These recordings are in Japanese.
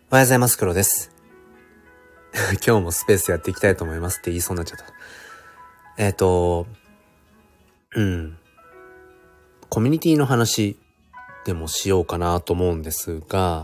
おはようございます。黒です。今日もスペースやっていきたいと思いますって言いそうになっちゃった。コミュニティの話でもしようかなと思うんですが、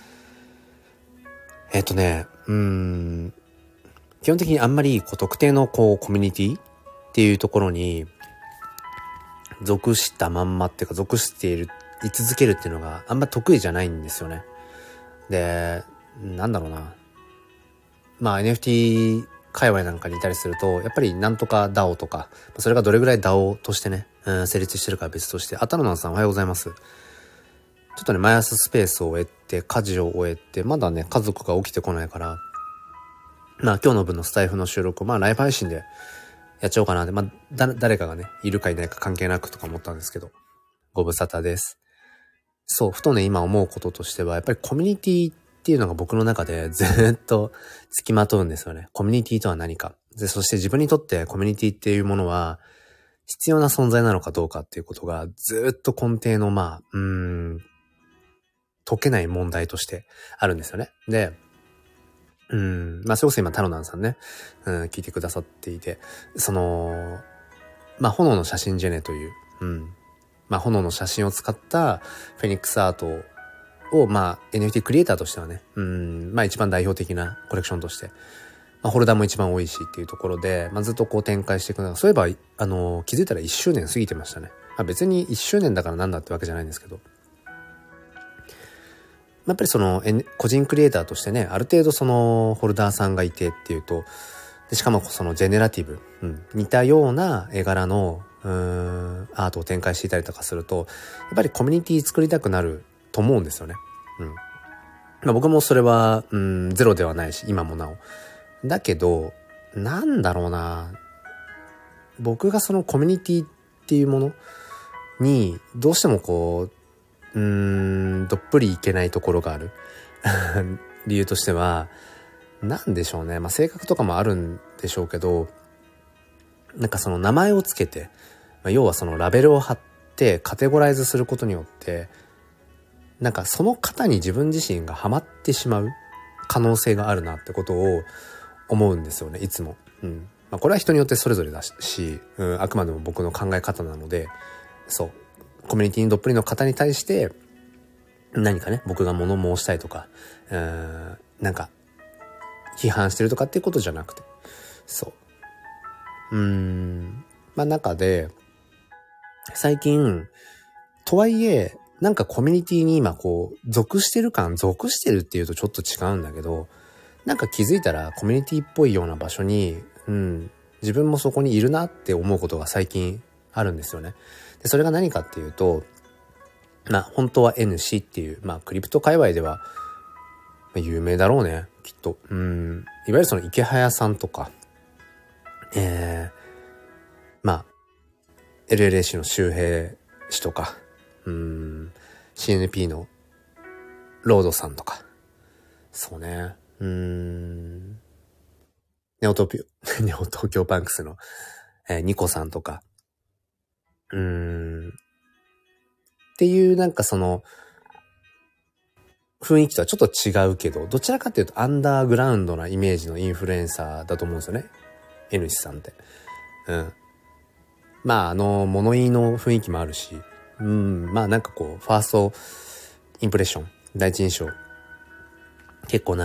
基本的にあんまり特定のコミュニティっていうところに属したまんまっていうか属してい続けるっていうのがあんま得意じゃないんですよね。で、NFT 界隈なんかにいたりすると、やっぱりなんとか DAO とか、それがどれぐらい DAO としてね、成立してるかは別として、タロナンさんおはようございます。ちょっとね、毎朝スペースを終えて、家事を終えて、まだね、家族が起きてこないから、今日の分のスタイフの収録をライブ配信でやっちゃおうかなって、誰かがね、いるかいないか関係なくとか思ったんですけど、ご無沙汰です。そう、ふとね、今思うこととしては、やっぱりコミュニティっていうのが僕の中でずっと付きまとうんですよね。コミュニティとは何か。で、そして自分にとってコミュニティっていうものは必要な存在なのかどうかっていうことがずっと根底の解けない問題としてあるんですよね。で、それこそ今タロナンさんね、聞いてくださっていて、炎の写真ジェネという、炎の写真を使ったフェニックスアートをNFT クリエイターとしてはね、一番代表的なコレクションとして、ホルダーも一番多いしっていうところで、ずっと展開していくのが、そういえば気づいたら1周年過ぎてましたね。別に1周年だからなんだってわけじゃないんですけど、やっぱり個人クリエイターとしてね、ある程度ホルダーさんがいてっていうと、でしかもジェネラティブ、似たような絵柄のアートを展開していたりとかすると、やっぱりコミュニティ作りたくなると思うんですよね。僕もそれはゼロではないし、今もなお。だけど、僕がそのコミュニティっていうものにどうしてもどっぷりいけないところがある理由としては、なんでしょうね。性格とかもあるんでしょうけど、名前をつけて、要はラベルを貼ってカテゴライズすることによって、その方に自分自身がハマってしまう可能性があるなってことを思うんですよね、いつも。これは人によってそれぞれだし、あくまでも僕の考え方なので、コミュニティにどっぷりの方に対して何かね、僕が物申したいとか、批判してるとかっていうことじゃなくて、中で最近とはいえコミュニティに今属してるっていうとちょっと違うんだけど、気づいたらコミュニティっぽいような場所に、自分もそこにいるなって思うことが最近あるんですよね。で、それが何かっていうと、本当は N っていう、クリプト界隈では有名だろうね、きっと。いわゆる池早さんとか、LLAC の周平氏とか、CNP のロードさんとか、そうね、ネオ東京パンクスの、ニコさんとか、っていう雰囲気とはちょっと違うけど、どちらかというとアンダーグラウンドなイメージのインフルエンサーだと思うんですよね。N さんって。物言いの雰囲気もあるし、ファーストインプレッション、第一印象、結構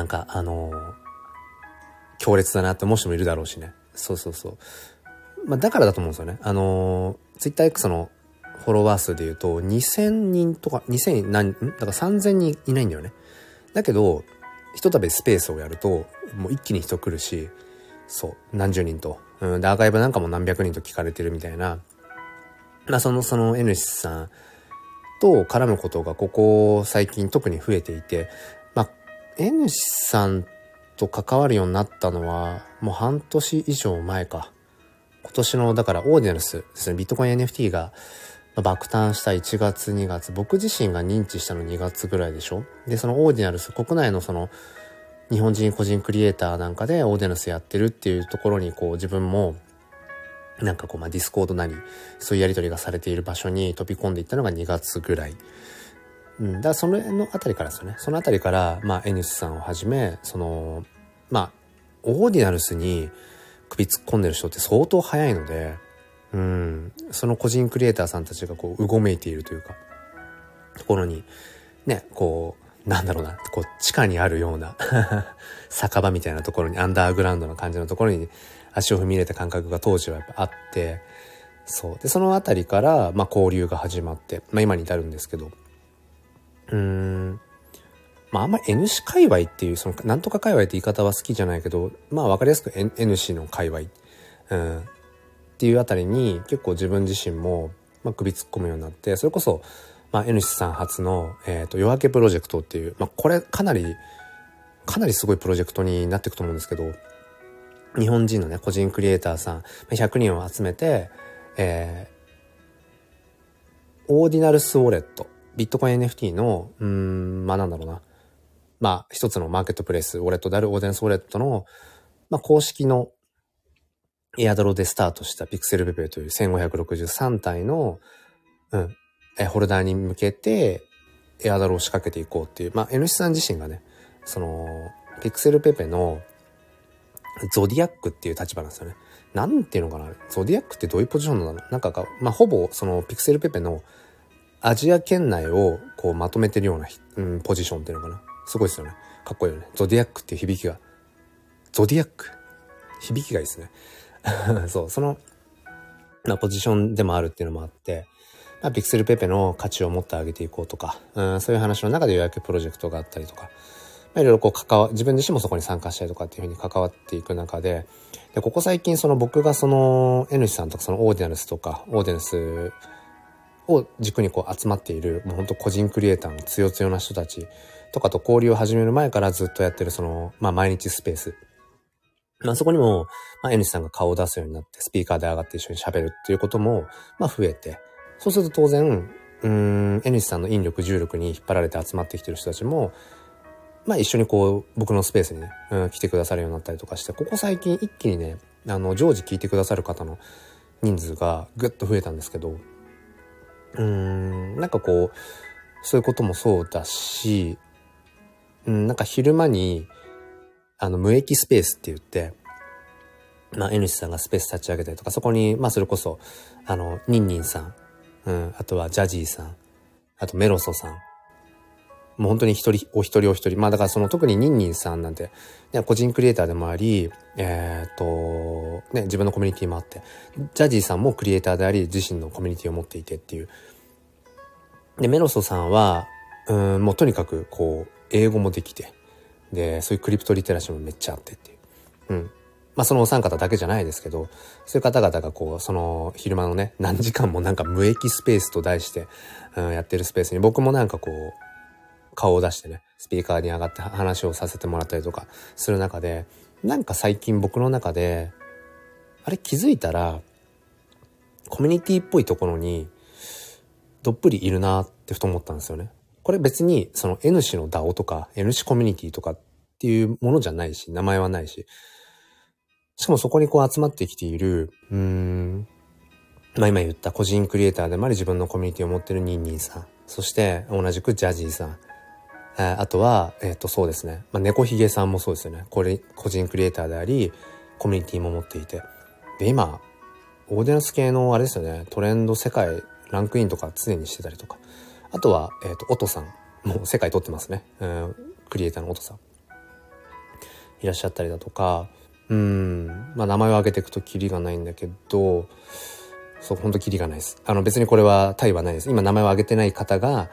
強烈だなって思う人もいるだろうしね。だからだと思うんですよね。TwitterX のフォロワー数で言うと2000人とかだから3000人いないんだよね。だけどひとたびスペースをやるともう一気に人来るし、何十人と、でアーカイブなんかも何百人と聞かれてるみたいな。その N さんと絡むことがここ最近特に増えていて、N さんと関わるようになったのはもう半年以上前か。今年のだからオーディナルスですね、ビットコイン NFT が爆誕した1月2月、僕自身が認知したの2月ぐらいでしょ。で、そのオーディナルス、国内の日本人個人クリエイターなんかでオーディナルスやってるっていうところに自分もディスコードなりそういうやり取りがされている場所に飛び込んでいったのが2月ぐらいだからそのあたりからですよね。そのあたりから、N さんをはじめ、オーディナルスに首突っ込んでる人って相当早いので、その個人クリエイターさんたちがこう、うごめいているというか、ところに、ね、こう、なんだろうな、こう、地下にあるような、酒場みたいなところに、アンダーグラウンドな感じのところに足を踏み入れた感覚が当時はやっぱあって、そう。で、そのあたりから、交流が始まって、今に至るんですけど、あんまり N 氏界隈っていう、その、なんとか界隈って言い方は好きじゃないけど、わかりやすく N 氏の界隈、っていうあたりに結構自分自身も、首突っ込むようになって、それこそ、N 氏さん初の、夜明けプロジェクトっていう、これかなりすごいプロジェクトになっていくと思うんですけど、日本人のね、個人クリエイターさん、100人を集めて、オーディナルスウォレット、ビットコイン NFT の、なんだろうな。一つのマーケットプレイス、ウォレットであるオーディナルスウォレットの、公式のエアドロでスタートしたピクセルペペという1563体の、ホルダーに向けてエアドロを仕掛けていこうっていう、N 氏さん自身がね、その、ピクセルペペのゾディアックっていう立場なんですよね。なんていうのかな、ゾディアックってどういうポジションなの？なんかほぼそのピクセルペペのアジア圏内をこうまとめてるような、ポジションっていうのかな。すごいですよね。かっこいいよね。ゾディアックっていう響きが。ゾディアック。響きがいいですね。そう、その、ポジションでもあるっていうのもあって、ピクセルペペの価値を持ってあげていこうとか、そういう話の中で予約プロジェクトがあったりとか、いろいろこう自分自身もそこに参加したりとかっていうふうに関わっていく中で、ここ最近その僕がその N 氏さんとかそのオーディナルスとか、オーディナルスを軸にこう集まっている、もう本当個人クリエイターの強強な人たちとかと交流を始める前からずっとやってるその、毎日スペース。そこにも、N 氏さんが顔を出すようになって、スピーカーで上がって一緒に喋るっていうことも、増えて、そうすると当然、N 氏さんの引力重力に引っ張られて集まってきてる人たちも、一緒にこう、僕のスペースにね、来てくださるようになったりとかして、ここ最近一気にね、常時聞いてくださる方の人数がぐっと増えたんですけど、なんかこう、そういうこともそうだし、なんか昼間に、無益スペースって言って、N 氏さんがスペース立ち上げたりとか、そこに、それこそ、ニンニンさん、あとはジャジーさん、あとメロソさん、もう本当にお一人、だからその特にニンニンさんなんて、ね、個人クリエイターでもあり、自分のコミュニティもあって、ジャジーさんもクリエイターであり、自身のコミュニティを持っていてっていう。で、メロソさんは、もうとにかくこう、英語もできて、で、そういうクリプトリテラシーもめっちゃあってっていう。そのお三方だけじゃないですけど、そういう方々がこう、その昼間のね、何時間もなんか無益スペースと題して、やってるスペースに僕もなんかこう、顔を出してね、スピーカーに上がって話をさせてもらったりとかする中で、なんか最近僕の中で、あれ気づいたら、コミュニティっぽいところに、どっぷりいるなってふと思ったんですよね。これ別に、その N 氏の DAO とか、N 氏コミュニティとかっていうものじゃないし、名前はないし、しかもそこにこう集まってきている、今言った個人クリエイターでもあり自分のコミュニティを持っているニンニンさん、そして同じくジャジーさん、あとは、そうですね。猫ひげさんもそうですよね。これ、個人クリエイターであり、コミュニティも持っていて。で、今、オーディナンス系のあれですよね。トレンド世界、ランクインとか常にしてたりとか。あとは、オトさん。もう世界取ってますね。クリエイターのオトさん。いらっしゃったりだとか、名前を挙げていくとキリがないんだけど、そう、ほんとキリがないです。別にこれは対はないです。今名前を挙げてない方が、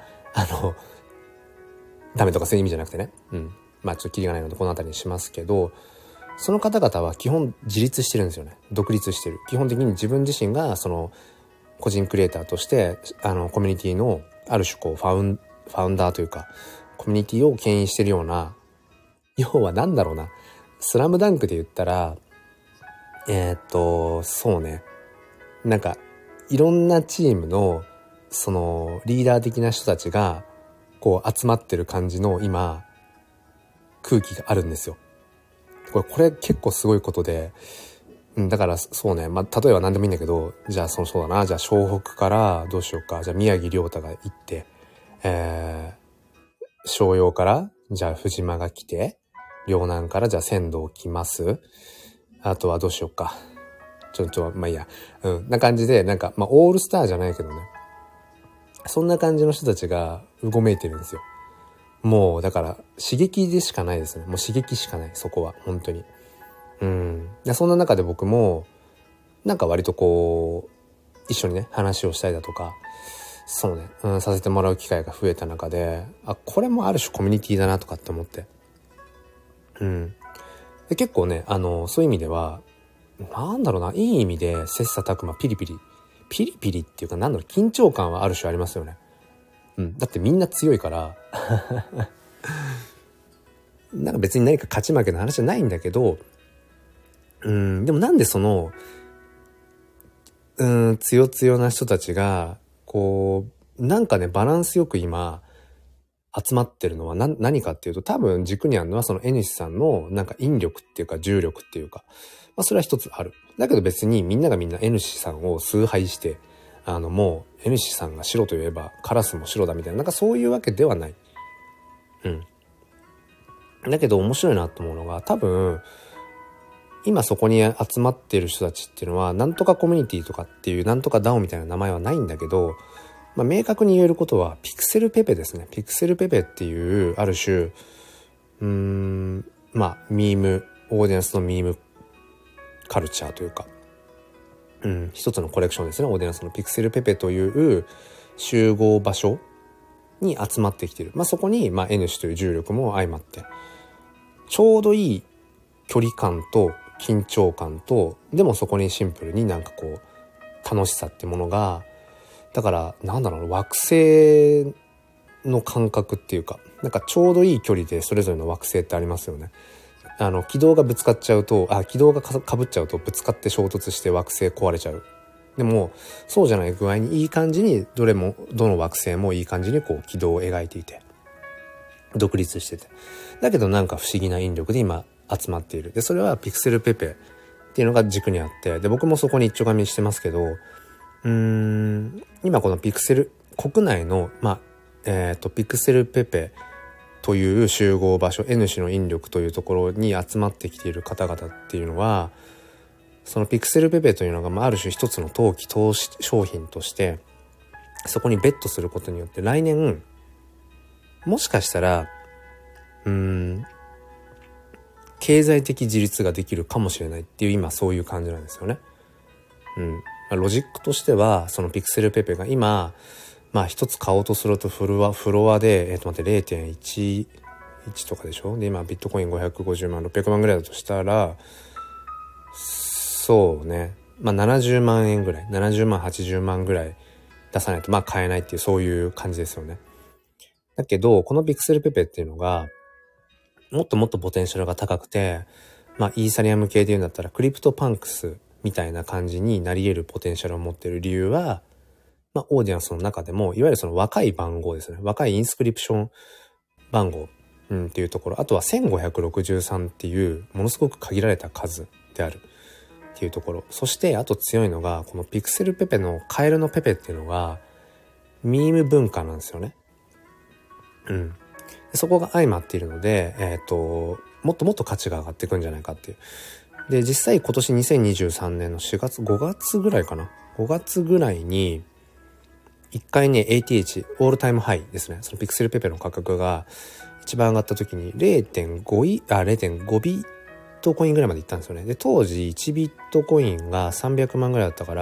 ダメとかそういう意味じゃなくてね。ちょっとキリがないのでこの辺りにしますけど、その方々は基本自立してるんですよね。独立してる。基本的に自分自身がその個人クリエイターとしてコミュニティのある種こうファウンダーというかコミュニティを牽引してるような、要はなんだろうな、スラムダンクで言ったらそうね、なんかいろんなチームのそのリーダー的な人たちがこう集まってる感じの今空気があるんですよ。これ結構すごいことで、だからそうね、例えば何でもいいんだけど、じゃあそうだな、じゃあ湘北からどうしようか、じゃあ宮城亮太が行って、 商用から、じゃあ藤間が来て、両南からじゃあ仙道来ます。あとはどうしようか。まあいいや。な感じで、なんか、まあオールスターじゃないけどね。そんな感じの人たちがうごめいてるんですよ。もう、だから、刺激でしかないですね。もう刺激しかない、そこは。本当に。そんな中で僕も、なんか割とこう、一緒にね、話をしたりだとか、そうね、させてもらう機会が増えた中で、これもある種コミュニティだなとかって思って。で結構ね、そういう意味では、なんだろうな、いい意味で切磋琢磨ピリピリっていうか、なんだろう、緊張感はある種ありますよね。だってみんな強いからなんか別に何か勝ち負けの話じゃないんだけど、でもなんでその強な人たちがこうなんかねバランスよく今集まってるのは何かっていうと、多分軸にあるのはその N 氏さんのなんか引力っていうか重力っていうか、それは一つある。だけど別にみんながみんな N 氏さんを崇拝してもう N 氏さんが白といえばカラスも白だみたいな、なんかそういうわけではない。だけど面白いなと思うのが、多分今そこに集まっている人たちっていうのはなんとかコミュニティとかっていうなんとかダオみたいな名前はないんだけど、明確に言えることはピクセルペペですね。ピクセルペペっていうある種ミームオーディエンスのミームカルチャーというか、一つのコレクションですね。オーディエンスのピクセルペペという集合場所に集まってきている。そこにN 氏という重力も相まってちょうどいい距離感と緊張感と、でもそこにシンプルになんかこう楽しさってものが、だからなんだろう、惑星の感覚っていうか、なんかちょうどいい距離でそれぞれの惑星ってありますよね。軌道がぶつかっちゃうと、軌道がかぶっちゃうとぶつかって衝突して惑星壊れちゃう。でもそうじゃない具合にいい感じにどの惑星もいい感じにこう軌道を描いていて独立してて、だけどなんか不思議な引力で今集まっている。でそれはピクセルペペっていうのが軸にあって、で僕もそこに一丁紙してますけど、今このピクセル国内のピクセルペペという集合場所 N 氏の引力というところに集まってきている方々っていうのは、そのピクセルペペというのがある種一つの投資商品としてそこにベットすることによって来年もしかしたら経済的自立ができるかもしれないっていう今そういう感じなんですよね。ロジックとしてはそのピクセルペペが今一つ買おうとするとフロアで0.11 とかでしょ。で今ビットコイン550万600万ぐらいだとしたら、そうね70万円ぐらい、70万80万ぐらい出さないと買えないっていうそういう感じですよね。だけどこのピクセルペペっていうのがもっともっとポテンシャルが高くて、イーサリアム系で言うんだったらクリプトパンクスみたいな感じになり得るポテンシャルを持っている理由は、オーディエンスの中でもいわゆるその若い番号ですね。若いインスクリプション番号、っていうところ、あとは1563っていうものすごく限られた数であるっていうところ、そしてあと強いのがこのピクセルペペのカエルのペペっていうのがミーム文化なんですよね。そこが相まっているので、もっともっと価値が上がっていくんじゃないかっていう。で実際今年2023年の5月ぐらいかな、5月ぐらいに一回ね ATH オールタイムハイですね、そのピクセルペペの価格が一番上がった時に0.5ビットコインぐらいまでいったんですよね。で当時1ビットコインが300万ぐらいだったから、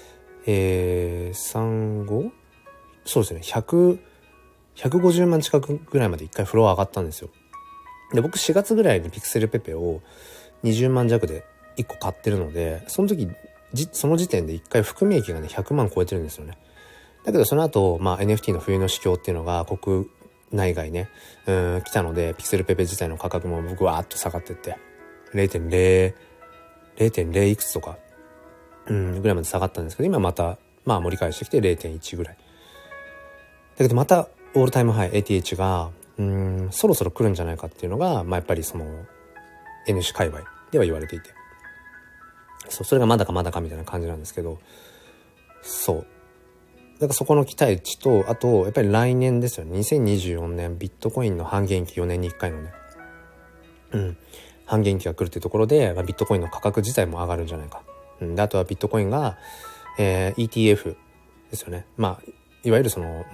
そうですね、150万近くぐらいまで一回フロア上がったんですよ。で僕4月ぐらいにピクセルペペを20万弱で1個買ってるので、その時その時点で一回含み益がね100万超えてるんですよね。だけどその後、NFT の冬の市況っていうのが国内外ね来たので、ピクセルペペ自体の価格も僕わーっと下がってって 0.0 いくつとかぐらいまで下がったんですけど、今また盛り返してきて 0.1 ぐらいだけど、またオールタイムハイ ATH がそろそろ来るんじゃないかっていうのが、やっぱりその N 氏界隈では言われていて、それがまだかまだかみたいな感じなんですけど、そうだからそこの期待値と、あと、やっぱり来年ですよね。2024年、ビットコインの半減期、4年に1回のね。半減期が来るっていうところで、ビットコインの価格自体も上がるんじゃないか。で、あとはビットコインが、ETF ですよね。いわゆるその、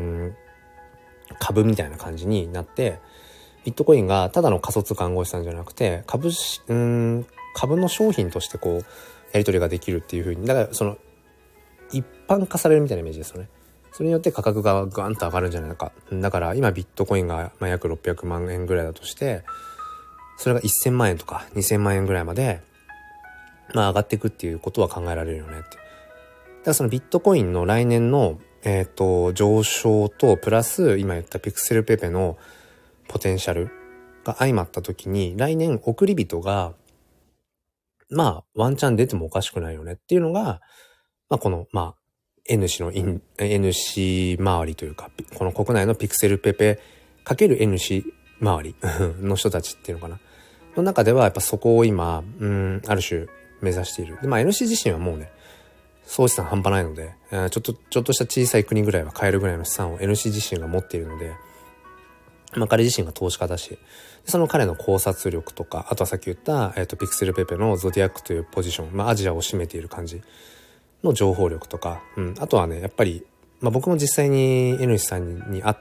株みたいな感じになって、ビットコインがただの仮想通貨暗号資産じゃなくて、株の商品としてこう、やり取りができるっていう風に、だからその、一般化されるみたいなイメージですよね。それによって価格がガンと上がるんじゃないか。だから今ビットコインが約600万円ぐらいだとして、それが1000万円とか2000万円ぐらいまで、上がっていくっていうことは考えられるよねって。だからそのビットコインの来年の、上昇と、プラス今言ったピクセルペペのポテンシャルが相まった時に、来年送り人が、ワンチャン出てもおかしくないよねっていうのが、この、N 氏のN 氏周りというか、この国内のピクセルペペ×N 氏周りの人たちっていうのかな。の中ではやっぱそこを今、ある種目指している。で、N 氏自身はもうね、総資産半端ないので、ちょっとした小さい国ぐらいは買えるぐらいの資産を N 氏自身が持っているので、彼自身が投資家だし、その彼の考察力とか、あとはさっき言った、ピクセルペペのゾディアックというポジション、アジアを占めている感じの情報力とか、あとはね、やっぱり、僕も実際に N 氏さんに会って、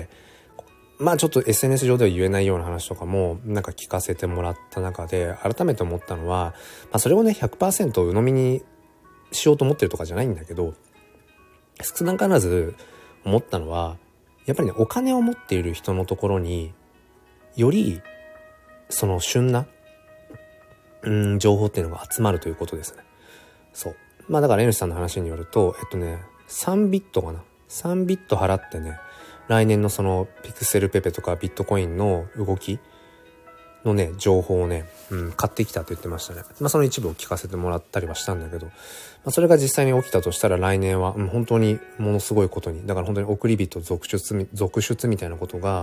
ちょっと SNS 上では言えないような話とかも聞かせてもらった中で改めて思ったのは、それをね 100% 鵜呑みにしようと思ってるとかじゃないんだけど、少なからず思ったのはやっぱりね、お金を持っている人のところによりその旬な情報っていうのが集まるということですね。そう。だから N さんの話によると3ビットかな、3ビット払ってね、来年のそのピクセルペペとかビットコインの動きのね、情報をね、買ってきたと言ってましたね。その一部を聞かせてもらったりはしたんだけど、それが実際に起きたとしたら来年は、本当にものすごいことに、だから本当に送り人続出みたいなことが、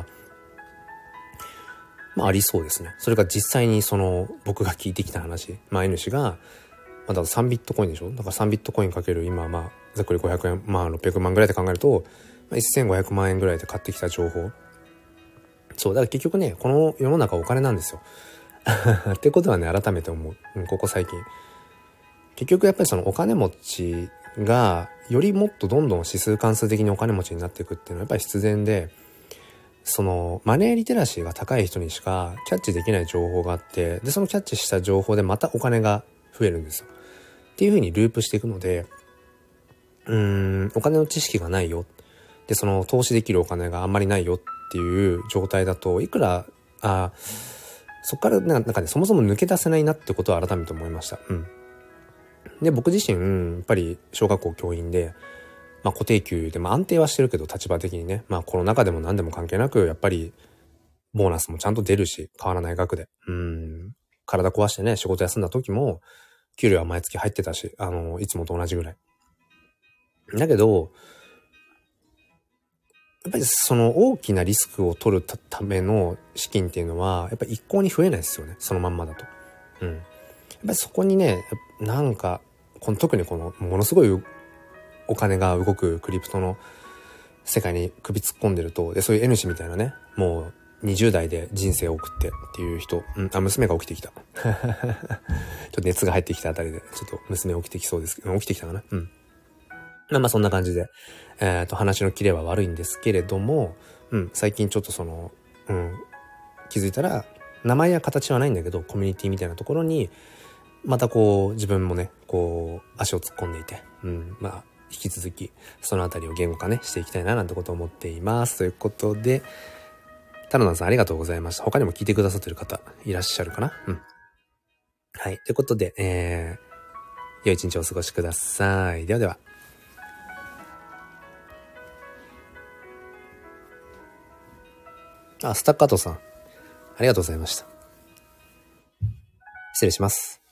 ありそうですね。それが実際にその僕が聞いてきた話、N 氏が、だから3ビットコインでしょ。だから3ビットコインかける今ざっくり500円、600万ぐらいで考えると、1500万円ぐらいで買ってきた情報。そう、だから結局ね、この世の中お金なんですよ。ってことはね、改めて思う。ここ最近。結局やっぱりそのお金持ちが、よりもっとどんどん指数関数的にお金持ちになっていくっていうのはやっぱり必然で、そのマネーリテラシーが高い人にしかキャッチできない情報があって、で、そのキャッチした情報でまたお金が増えるんですよ。っていう風にループしていくので、お金の知識がないよ。で、その投資できるお金があんまりないよっていう状態だと、いくら、そっからね、そもそも抜け出せないなってことは改めて思いました。で、僕自身、やっぱり小学校教員で、固定給で、安定はしてるけど立場的にね、コロナ禍でも何でも関係なく、やっぱり、ボーナスもちゃんと出るし、変わらない額で。体壊してね、仕事休んだ時も、給料は毎月入ってたし、いつもと同じぐらい。だけど、やっぱりその大きなリスクを取るための資金っていうのは、やっぱり一向に増えないですよね。そのまんまだと。やっぱりそこにね、特にこのものすごいお金が動くクリプトの世界に首突っ込んでると、で、そういう N 氏みたいなね、もう20代で人生を送ってっていう人、娘が起きてきた。ちょっと熱が入ってきたあたりで、ちょっと娘起きてきそうですけど、起きてきたかな。そんな感じで、話のキレは悪いんですけれども、最近ちょっとその、気づいたら、名前や形はないんだけど、コミュニティみたいなところに、またこう、自分もね、こう、足を突っ込んでいて、引き続き、そのあたりを言語化ね、していきたいな、なんてことを思っています。ということで、タロナさんありがとうございました。他にも聞いてくださってる方、いらっしゃるかな？はい。ということで、良い一日をお過ごしください。ではでは。スタッカートさん、ありがとうございました。失礼します。